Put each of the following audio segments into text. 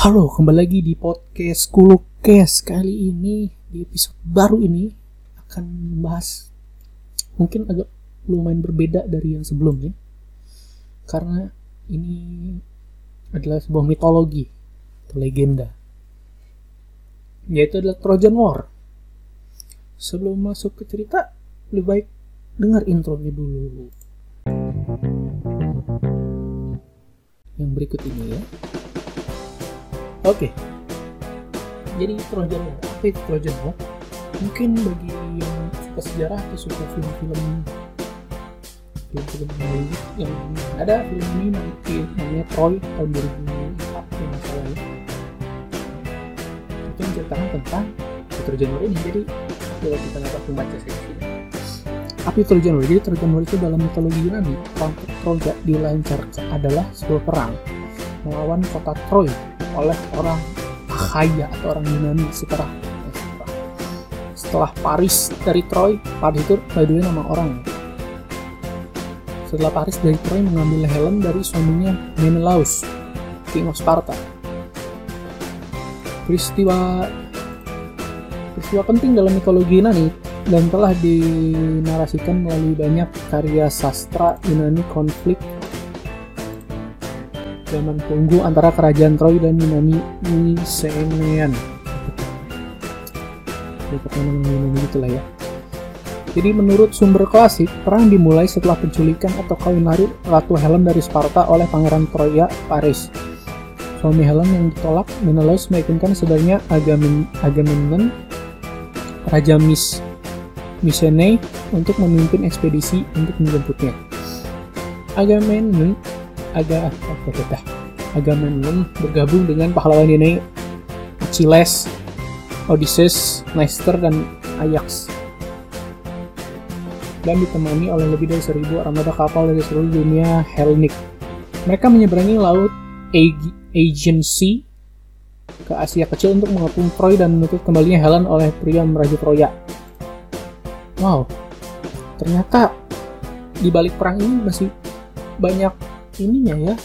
Halo, kembali lagi di podcast Kulukes. Kali ini, di episode baru ini akan membahas mungkin agak lumayan berbeda dari yang sebelumnya, karena ini adalah sebuah mitologi atau legenda, yaitu adalah Trojan War. Sebelum masuk ke cerita, lebih baik dengar intronya dulu yang berikut ini ya. Oke. Jadi Trojan War, apa itu Trojan War? Mungkin bagi yang suka sejarah atau suka film-film Hollywood yang ada film ini namanya Troy tahun 2004 kalau nggak salah ya. Itu menceritakan tentang Trojan War ini. Jadi kalau kita dapat membaca seksi apa itu Trojan War? Jadi Trojan War itu dalam mitologi Yunani, perang Troja dilancarkan adalah sebuah perang melawan kota Troy oleh orang Achaia atau orang Yunani setelah Paris dari Troy. Paris itu by the way nama orang. Setelah Paris dari Troy mengambil helm dari suaminya Menelaus, King of Sparta. Peristiwa penting dalam mitologi Yunani dan telah dinarasikan melalui banyak karya sastra Yunani. Konflik zaman tunggu antara kerajaan Troy dan Yunani Mycenaean. Itulah ya. Jadi menurut sumber klasik, perang dimulai setelah penculikan atau kawin lari Ratu Helen dari Sparta oleh Pangeran Troya Paris. Suami Helen yang ditolak, Menelaus meyakinkan saudaranya Agamemnon, Raja Mycenae, untuk memimpin ekspedisi untuk menjemputnya. Agamemnon bergabung dengan pahlawan Yunani Achilles, Odysseus, Nestor, dan Ajax, dan ditemani oleh lebih dari 1.000 armada kapal dari seluruh dunia Hellenik. Mereka menyeberangi laut Aegean Sea ke Asia Kecil untuk mengepung Troy dan menuntut kembalinya Helen oleh pria Raja Troya. Wow, ternyata di balik perang ini masih banyak ininya ya.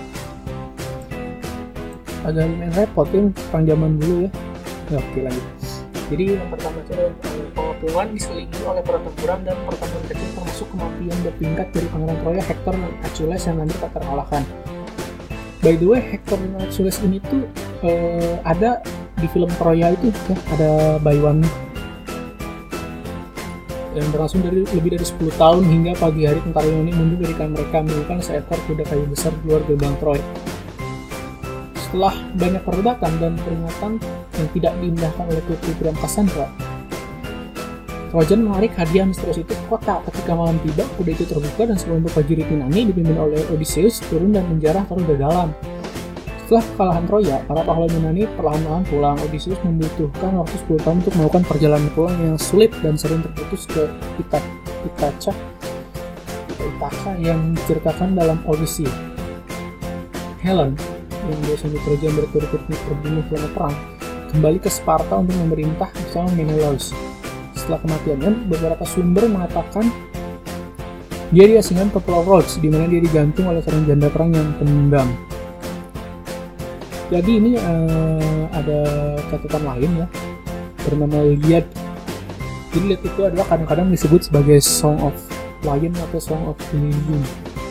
Agak lumayan repot ya perang zaman dulu ya. Oke lagi. Jadi yang pertama itu adalah pengepungan diselingi oleh pertempuran dan pertempuran kecil, termasuk kematian bertingkat dari Pangeran Troya Hector dan Achilles yang nanti tak terkalahkan. By the way, Hector dan Achilles ini tuh ada di film Troya itu ya, ada Baywan yang berlangsung dari lebih dari 10 tahun hingga pagi hari tentara Yunani mundur dari kamp mereka menemukan seekor kuda kayu besar di luar gerbang Troy. Setelah banyak perdebatan dan peringatan yang tidak diindahkan oleh putri Priam Cassandra, Trojan menarik hadiah misterius itu ke kota. Ketika malam tiba, kuda itu terbuka dan sekelompok prajurit Yunani dipimpin oleh Odysseus turun dan menjarah Troy dari dalam. Setelah kekalahan Troya, para pahlawan Yunani perlahan-lahan pulang. Odysseus membutuhkan waktu 10 tahun untuk melakukan perjalanan pulang yang sulit dan sering terputus ke Ithaca yang diceritakan dalam Odyssey. Helen yang biasanya Trojan berturut-turut terbunuh selama perang, kembali ke Sparta untuk memerintah bersama Menelaus. Setelah kematiannya, beberapa sumber mengatakan dia diasingkan ke Pulau Rhodes, di mana dia digantung oleh seorang janda perang yang pendam. Jadi ini ada catatan lain ya, bernama Iliad. Jadi Iliad itu adalah kadang-kadang disebut sebagai Song of Lion atau Song of Ilium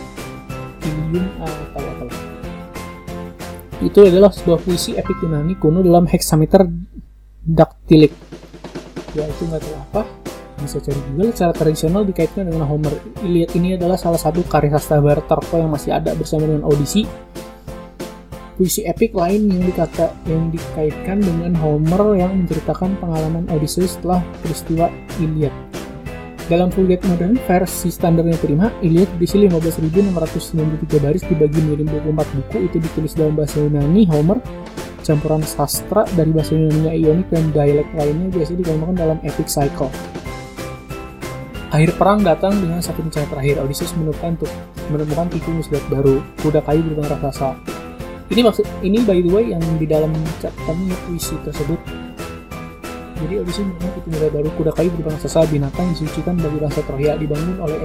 atau apalah. Itu adalah sebuah puisi epik Yunani kuno dalam heksameter daktilik. Ya itu nggak tahu apa, bisa cari Google. Secara tradisional dikaitkan dengan Homer. Iliad ini adalah salah satu karya sastra barat tertua yang masih ada bersama dengan Odyssey. Puisi epik lain yang dikaitkan dengan Homer yang menceritakan pengalaman Odysseus setelah peristiwa Iliad. Dalam Vulgate Modern versi standar yang terima, Iliad berisi 15.693 baris dibagi menjadi 24 buku. Itu ditulis dalam bahasa Yunani Homer, campuran sastra dari bahasa Yunani Ionik dan dialek lainnya biasanya dikembangkan dalam epic cycle. Akhir perang datang dengan satu rencana terakhir. Odysseus menemukan tipu muslihat baru, kuda kayu berbang raksasa. Ini by the way yang di dalam catatan puisi tersebut. Jadi Odysseus menemukan tipu muslihat baru, kuda kayu berbang raksasa, binatang disucikan bagi bangsa Troya, dibangun oleh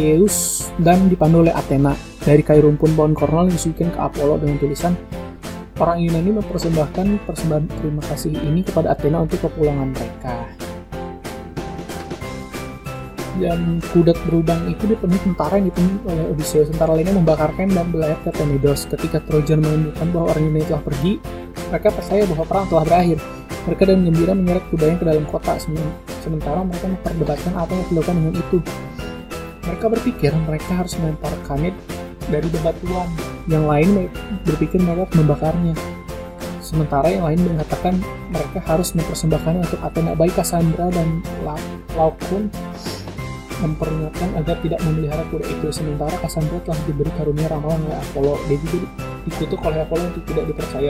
Epimetheus dan dipandu oleh Athena. Dari kayu rumpun pohon kornel disucikan ke Apollo dengan tulisan orang Yunani mempersembahkan persembahan terima kasih ini kepada Athena untuk kepulangan mereka. Dan kuda berubang itu dipenuhi tentara yang dipenuhi oleh Odysseus. Tentara lainnya membakar camp dan berlayar ke Tenedos. Ketika Trojan menemukan bahwa orang Yunani telah pergi, mereka percaya bahwa perang telah berakhir. Mereka dengan gembira menyeret kudanya ke dalam kota, sementara mereka memperdebatkan apa yang dilakukan dengan itu. Mereka berpikir mereka harus melemparkannya dari bebatuan. Yang lain berpikir mereka harus membakarnya. Sementara yang lain mengatakan mereka harus mempersembahkannya untuk Athena. Baik Cassandra dan Laocoon memperingatkan agar tidak memelihara kuda itu. Sementara Cassandra telah diberi karunia ramalan oleh Apollo. Dia juga dikutuk oleh Apollo untuk tidak dipercaya.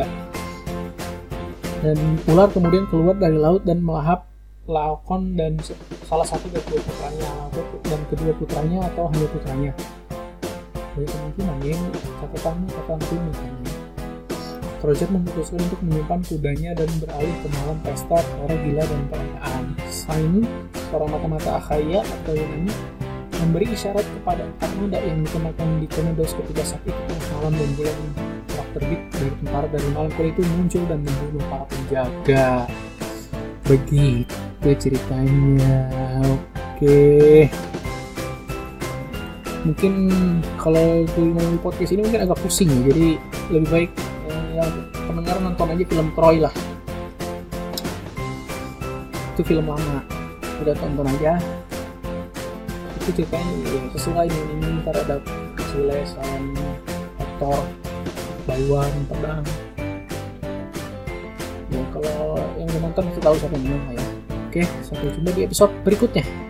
Dan ular kemudian keluar dari laut dan melahap Laocoon dan salah satu dari dua putranya, dan kedua putranya atau hanya putranya. Dari kemungkinan ini catatannya kata misalnya. Trojan memutuskan untuk menyimpan kudanya dan beralih ke malam pesta, pora gila dan perayaan. Selain seorang mata-mata Akhaya atau Yunani memberi isyarat kepada empat muda yang dikenakan di Tenedos ketika saat itu malam dan bulan telah terbit dari tentara dari malam kuda itu muncul dan membunuh para penjaga. Begitu ceritanya. Oke. Mungkin kalau gue mau podcast ini mungkin agak pusing ya, jadi lebih baik pendengar nonton aja film Troy lah. Itu film lama, udah tonton aja. Itu ceritanya ya, sesuai dengan ini. Ntar ada Achilles, aktor Baywan, pedang. Ya kalau yang udah nonton pasti tahu siapa yang menang ya. Oke, sampai jumpa di episode berikutnya.